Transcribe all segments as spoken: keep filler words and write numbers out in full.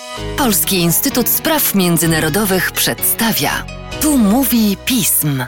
Polski Instytut Spraw Międzynarodowych przedstawia. Tu mówi pism.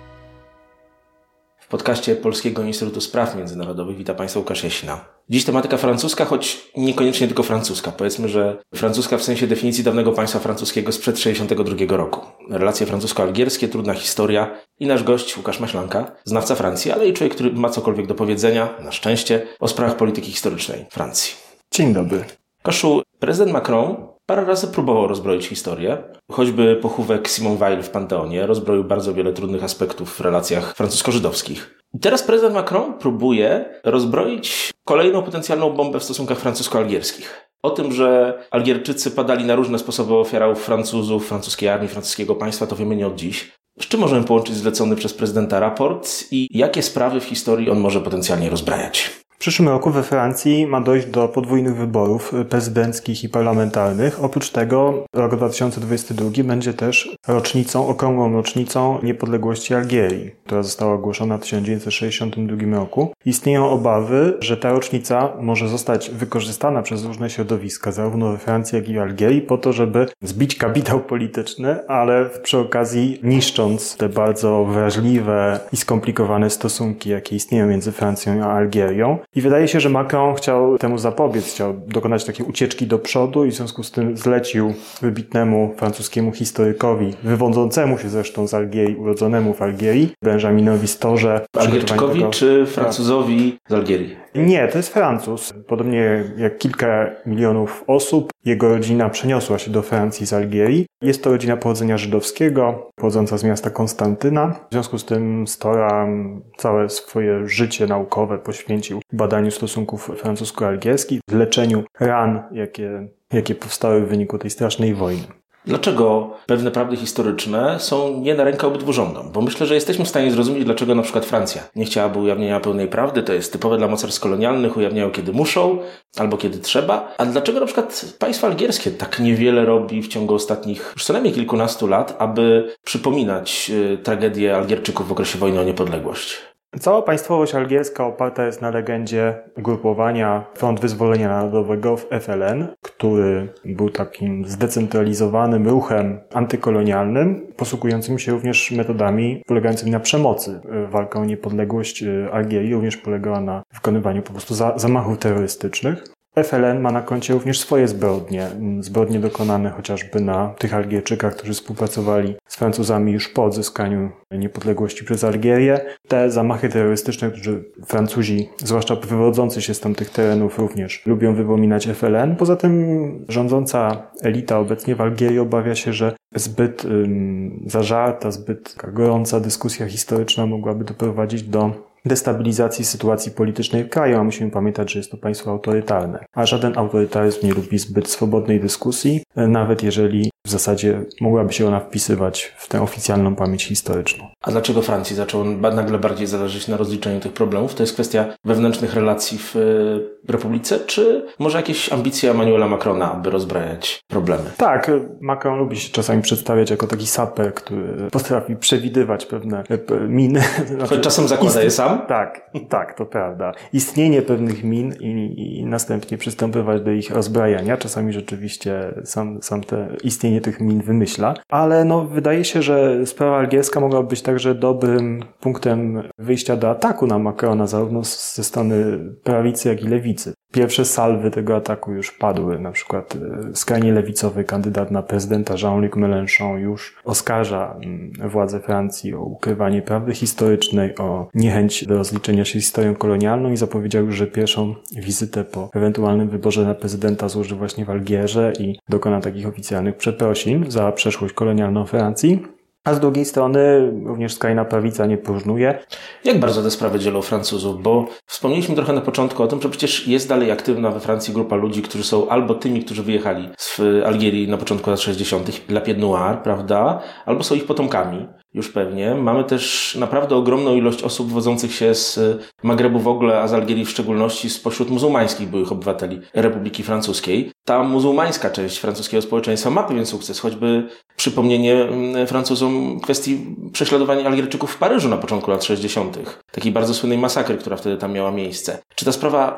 W podcaście Polskiego Instytutu Spraw Międzynarodowych witam Państwa Łukasz Jasina. Dziś tematyka francuska, choć niekoniecznie tylko francuska. Powiedzmy, że francuska w sensie definicji dawnego państwa francuskiego sprzed sześćdziesiątego drugiego roku. Relacje francusko-algierskie, trudna historia i nasz gość Łukasz Maślanka, znawca Francji, ale i człowiek, który ma cokolwiek do powiedzenia, na szczęście, o sprawach polityki historycznej Francji. Dzień dobry. Koszu, prezydent Macron parę razy próbował rozbroić historię. Choćby pochówek Simone Weil w Panteonie rozbroił bardzo wiele trudnych aspektów w relacjach francusko-żydowskich. I teraz prezydent Macron próbuje rozbroić kolejną potencjalną bombę w stosunkach francusko-algierskich. O tym, że Algierczycy padali na różne sposoby ofiarą Francuzów, francuskiej armii, francuskiego państwa, to wiemy nie od dziś. Z czym możemy połączyć zlecony przez prezydenta raport i jakie sprawy w historii on może potencjalnie rozbrajać? W przyszłym roku we Francji ma dojść do podwójnych wyborów prezydenckich i parlamentarnych. Oprócz tego rok dwa tysiące dwudziesty drugi będzie też rocznicą, okrągłą rocznicą niepodległości Algierii, która została ogłoszona w tysiąc dziewięćset sześćdziesiątym drugim roku. Istnieją obawy, że ta rocznica może zostać wykorzystana przez różne środowiska, zarówno we Francji, jak i w Algierii, po to, żeby zbić kapitał polityczny, ale przy okazji niszcząc te bardzo wrażliwe i skomplikowane stosunki, jakie istnieją między Francją a Algierią. I wydaje się, że Macron chciał temu zapobiec, chciał dokonać takiej ucieczki do przodu i w związku z tym zlecił wybitnemu francuskiemu historykowi, wywodzącemu się zresztą z Algierii, urodzonemu w Algierii, Benjaminowi Storze. Algierczykowi tego... czy Francuzowi z Algierii? Nie, to jest Francuz. Podobnie jak kilka milionów osób, jego rodzina przeniosła się do Francji z Algierii. Jest to rodzina pochodzenia żydowskiego, pochodząca z miasta Konstantyna. W związku z tym Stora całe swoje życie naukowe poświęcił badaniu stosunków francusko-algierskich, leczeniu ran, jakie, jakie powstały w wyniku tej strasznej wojny. Dlaczego pewne prawdy historyczne są nie na rękę obydwu rządom? Bo myślę, że jesteśmy w stanie zrozumieć, dlaczego na przykład Francja nie chciałaby ujawnienia pełnej prawdy. To jest typowe dla mocarstw kolonialnych, ujawniają kiedy muszą albo kiedy trzeba. A dlaczego na przykład państwo algierskie tak niewiele robi w ciągu ostatnich już co najmniej kilkunastu lat, aby przypominać y, tragedię Algierczyków w okresie wojny o niepodległość? Cała państwowość algierska oparta jest na legendzie ugrupowania Front Wyzwolenia Narodowego w F L N, który był takim zdecentralizowanym ruchem antykolonialnym, posługującym się również metodami polegającymi na przemocy. Walka o niepodległość Algierii również polegała na wykonywaniu po prostu za- zamachów terrorystycznych. F L N ma na koncie również swoje zbrodnie. Zbrodnie dokonane chociażby na tych Algierczykach, którzy współpracowali z Francuzami już po odzyskaniu niepodległości przez Algierię. Te zamachy terrorystyczne, które Francuzi, zwłaszcza wywodzący się z tamtych terenów, również lubią wypominać F L N. Poza tym rządząca elita obecnie w Algierii obawia się, że zbyt um, zażarta, zbyt gorąca dyskusja historyczna mogłaby doprowadzić do destabilizacji sytuacji politycznej w kraju, a musimy pamiętać, że jest to państwo autorytarne. A żaden autorytaryzm nie lubi zbyt swobodnej dyskusji, nawet jeżeli w zasadzie mogłaby się ona wpisywać w tę oficjalną pamięć historyczną. A dlaczego Francji zaczęło nagle bardziej zależeć na rozliczeniu tych problemów? To jest kwestia wewnętrznych relacji w Republice, czy może jakieś ambicje Emmanuela Macrona, aby rozbrajać problemy? Tak, Macron lubi się czasami przedstawiać jako taki saper, który potrafi przewidywać pewne miny. Choć czasem zakłada je sam? Tak, tak, to prawda. Istnienie pewnych min i, i następnie przystępować do ich rozbrajania. Czasami rzeczywiście sam, sam te istnienie tych min wymyśla. Ale no, wydaje się, że sprawa algierska mogła być także dobrym punktem wyjścia do ataku na Macrona, zarówno ze strony prawicy, jak i lewicy. Pierwsze salwy tego ataku już padły. Na przykład skrajnie lewicowy kandydat na prezydenta Jean-Luc Mélenchon już oskarża władze Francji o ukrywanie prawdy historycznej, o niechęć do rozliczenia się z historią kolonialną i zapowiedział już, że pierwszą wizytę po ewentualnym wyborze na prezydenta złoży właśnie w Algierze i dokona takich oficjalnych przeprosin za przeszłość kolonialną Francji. A z drugiej strony również skrajna prawica nie próżnuje. Jak bardzo te sprawy dzielą Francuzów? Bo wspomnieliśmy trochę na początku o tym, że przecież jest dalej aktywna we Francji grupa ludzi, którzy są albo tymi, którzy wyjechali z Algierii na początku lat sześćdziesiątych, La Pied Noir, prawda? Albo są ich potomkami. Już pewnie. Mamy też naprawdę ogromną ilość osób wywodzących się z Magrebu w ogóle, a z Algierii w szczególności, spośród muzułmańskich byłych obywateli Republiki Francuskiej. Ta muzułmańska część francuskiego społeczeństwa ma pewien sukces, choćby przypomnienie Francuzom kwestii prześladowania Algierczyków w Paryżu na początku lat sześćdziesiątych. Takiej bardzo słynnej masakry, która wtedy tam miała miejsce. Czy ta sprawa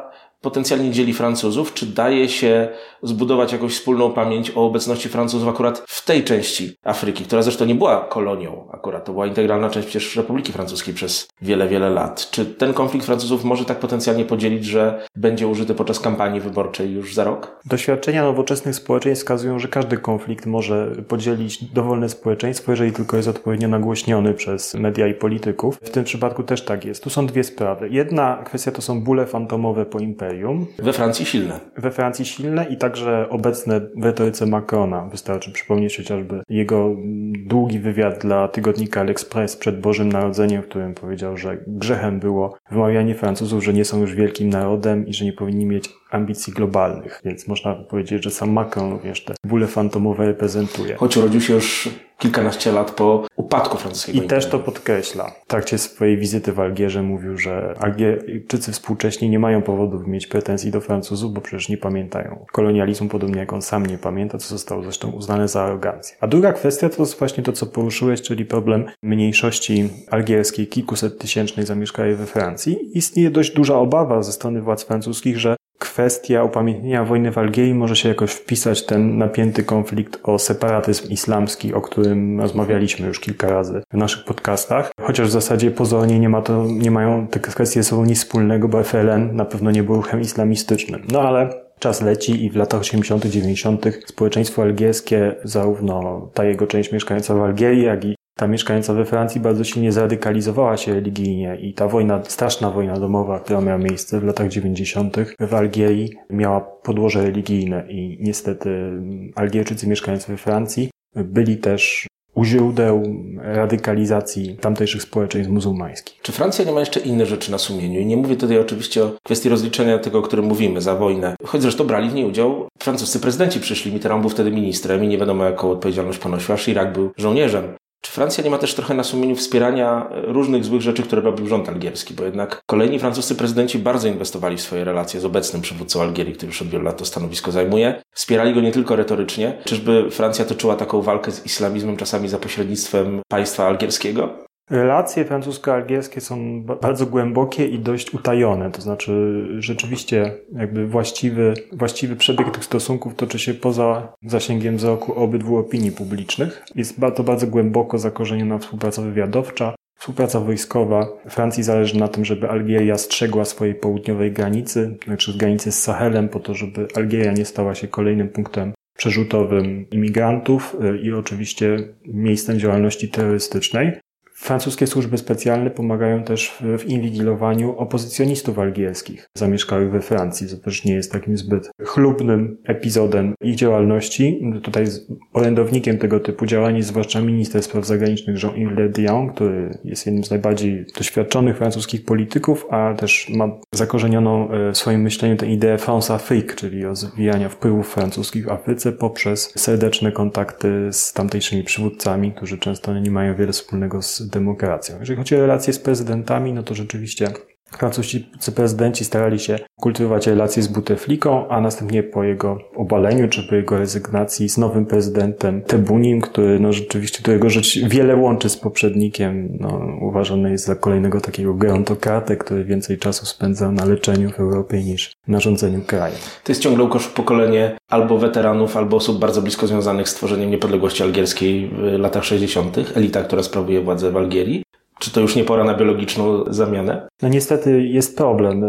potencjalnie dzieli Francuzów? Czy daje się zbudować jakąś wspólną pamięć o obecności Francuzów akurat w tej części Afryki, która zresztą nie była kolonią akurat, to była integralna część przecież Republiki Francuskiej przez wiele, wiele lat. Czy ten konflikt Francuzów może tak potencjalnie podzielić, że będzie użyty podczas kampanii wyborczej już za rok? Doświadczenia nowoczesnych społeczeństw wskazują, że każdy konflikt może podzielić dowolne społeczeństwo, jeżeli tylko jest odpowiednio nagłośniony przez media i polityków. W tym przypadku też tak jest. Tu są dwie sprawy. Jedna kwestia to są bóle fantomowe po imperium. We Francji silne. We Francji silne i także obecne w retoryce Macrona. Wystarczy przypomnieć chociażby jego długi wywiad dla tygodnika L'Express przed Bożym Narodzeniem, w którym powiedział, że grzechem było wmawianie Francuzów, że nie są już wielkim narodem i że nie powinni mieć ambicji globalnych. Więc można powiedzieć, że sam Macron również te bóle fantomowe reprezentuje. Choć urodził się już kilkanaście lat po upadku francuskiego I imperium. też to podkreśla. W trakcie swojej wizyty w Algierze mówił, że Algierczycy współcześni nie mają powodów mieć pretensji do Francuzów, bo przecież nie pamiętają kolonializmu, podobnie jak on sam nie pamięta, co zostało zresztą uznane za arogancję. A druga kwestia to jest właśnie to, co poruszyłeś, czyli problem mniejszości algierskiej, kilkuset tysięcznej zamieszkałej we Francji. Istnieje dość duża obawa ze strony władz francuskich, że kwestia upamiętnienia wojny w Algierii może się jakoś wpisać w ten napięty konflikt o separatyzm islamski, o którym rozmawialiśmy już kilka razy w naszych podcastach. Chociaż w zasadzie pozornie nie ma to, nie mają te kwestie ze sobą nic wspólnego, bo F L N na pewno nie był ruchem islamistycznym. No ale czas leci i w latach osiemdziesiątych, dziewięćdziesiątych społeczeństwo algierskie, zarówno ta jego część mieszkająca w Algierii, jak i ta mieszkająca we Francji bardzo silnie zradykalizowała się religijnie i ta wojna, straszna wojna domowa, która miała miejsce w latach dziewięćdziesiątych w Algierii, miała podłoże religijne i niestety Algierczycy mieszkający we Francji byli też u źródeł radykalizacji tamtejszych społeczeństw muzułmańskich. Czy Francja nie ma jeszcze inne rzeczy na sumieniu? I nie mówię tutaj oczywiście o kwestii rozliczenia tego, o którym mówimy, za wojnę. Choć zresztą brali w niej udział francuscy prezydenci przyszli. Mitterrand był wtedy ministrem i nie wiadomo jaką odpowiedzialność ponosił, a Chirac był żołnierzem. Czy Francja nie ma też trochę na sumieniu wspierania różnych złych rzeczy, które robił rząd algierski? Bo jednak kolejni francuscy prezydenci bardzo inwestowali w swoje relacje z obecnym przywódcą Algierii, który już od wielu lat to stanowisko zajmuje. Wspierali go nie tylko retorycznie. Czyżby Francja toczyła taką walkę z islamizmem czasami za pośrednictwem państwa algierskiego? Relacje francusko-algierskie są bardzo głębokie i dość utajone, to znaczy rzeczywiście jakby właściwy, właściwy przebieg tych stosunków toczy się poza zasięgiem wzroku obydwu opinii publicznych. Jest to bardzo głęboko zakorzeniona współpraca wywiadowcza, współpraca wojskowa. Francji zależy na tym, żeby Algieria strzegła swojej południowej granicy, znaczy granicy z Sahelem, po to, żeby Algieria nie stała się kolejnym punktem przerzutowym imigrantów i oczywiście miejscem działalności terrorystycznej. Francuskie służby specjalne pomagają też w, w inwigilowaniu opozycjonistów algierskich zamieszkałych we Francji, co też nie jest takim zbyt chlubnym epizodem ich działalności. Tutaj orędownikiem tego typu działań jest zwłaszcza minister spraw zagranicznych Jean-Yves Le Drian, który jest jednym z najbardziej doświadczonych francuskich polityków, a też ma zakorzenioną w swoim myśleniu tę ideę France-Afrique, czyli rozwijania wpływów francuskich w Afryce poprzez serdeczne kontakty z tamtejszymi przywódcami, którzy często nie mają wiele wspólnego z demokracją. Jeżeli chodzi o relacje z prezydentami, no to rzeczywiście francuscy prezydenci starali się kultywować relacje z Boutefliką, a następnie po jego obaleniu, czy po jego rezygnacji z nowym prezydentem Tebboune, który no rzeczywiście, którego rzecz wiele łączy z poprzednikiem, no uważany jest za kolejnego takiego gerontokratę, który więcej czasu spędza na leczeniu w Europie niż na rządzeniu krajem. To jest ciągle pokolenie albo weteranów, albo osób bardzo blisko związanych z tworzeniem niepodległości algierskiej w latach sześćdziesiątych. Elita, która sprawuje władzę w Algierii. Czy to już nie pora na biologiczną zamianę? No niestety jest problem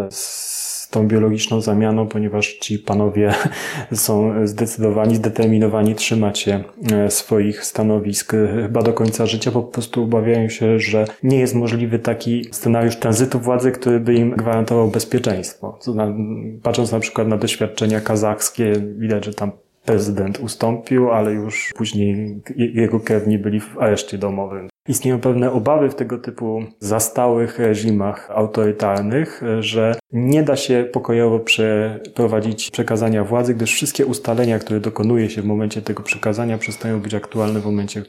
z tą biologiczną zamianą, ponieważ ci panowie są zdecydowani, zdeterminowani trzymać się swoich stanowisk chyba do końca życia, bo po prostu obawiają się, że nie jest możliwy taki scenariusz tranzytu władzy, który by im gwarantował bezpieczeństwo. Patrząc na przykład na doświadczenia kazachskie, widać, że tam prezydent ustąpił, ale już później jego krewni byli w areszcie domowym. Istnieją pewne obawy w tego typu zastałych reżimach autorytarnych, że nie da się pokojowo przeprowadzić przekazania władzy, gdyż wszystkie ustalenia, które dokonuje się w momencie tego przekazania, przestają być aktualne w momencie, w którym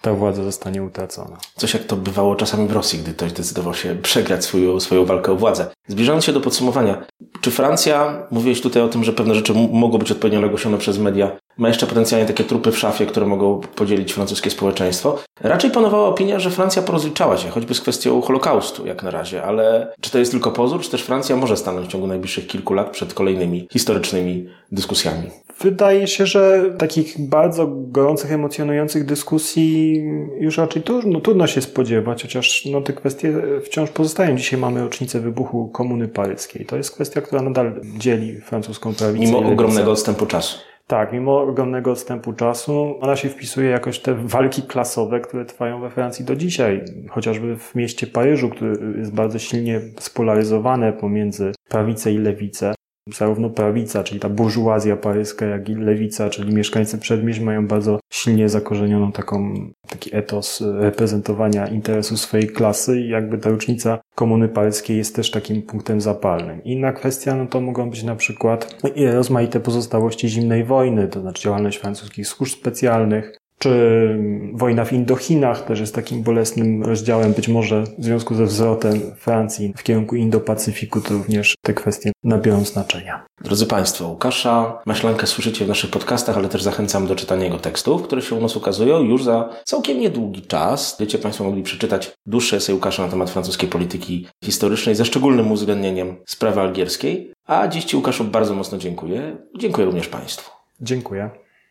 ta władza zostanie utracona. Coś jak to bywało czasami w Rosji, gdy ktoś decydował się przegrać swoją, swoją walkę o władzę. Zbliżając się do podsumowania, czy Francja, mówiłeś tutaj o tym, że pewne rzeczy m- mogą być odpowiednio nagłośnione przez media, ma jeszcze potencjalnie takie trupy w szafie, które mogą podzielić francuskie społeczeństwo. Raczej panowała opinia, że Francja porozliczała się, choćby z kwestią Holokaustu jak na razie, ale czy to jest tylko pozór, czy też Francja może stanąć w ciągu najbliższych kilku lat przed kolejnymi historycznymi dyskusjami? Wydaje się, że takich bardzo gorących, emocjonujących dyskusji już raczej trudno, trudno się spodziewać, chociaż no, te kwestie wciąż pozostają. Dzisiaj mamy rocznicę wybuchu Komuny Paryskiej. To jest kwestia, która nadal dzieli francuską prawicę. Mimo ogromnego odstępu czasu. Tak, mimo ogromnego odstępu czasu, ona się wpisuje jakoś te walki klasowe, które trwają we Francji do dzisiaj. Chociażby w mieście Paryżu, które jest bardzo silnie spolaryzowane pomiędzy prawicę i lewicę. Zarówno prawica, czyli ta burżuazja paryska, jak i lewica, czyli mieszkańcy przedmieść mają bardzo silnie zakorzenioną taką, taki etos reprezentowania interesu swojej klasy i jakby ta rocznica Komuny Paryskiej jest też takim punktem zapalnym. Inna kwestia, no to mogą być na przykład rozmaite pozostałości zimnej wojny, to znaczy działalność francuskich służb specjalnych, czy wojna w Indochinach też jest takim bolesnym rozdziałem, być może w związku ze wzrotem Francji w kierunku Indo-Pacyfiku, to również te kwestie nabiorą znaczenia. Drodzy Państwo, Łukasza Maślankę słyszycie w naszych podcastach, ale też zachęcam do czytania jego tekstów, które się u nas ukazują już za całkiem niedługi czas. Będziecie Państwo mogli przeczytać dłuższe esej Łukasza na temat francuskiej polityki historycznej ze szczególnym uwzględnieniem sprawy algierskiej. A dziś Ci, Łukaszu, bardzo mocno dziękuję. Dziękuję również Państwu. Dziękuję.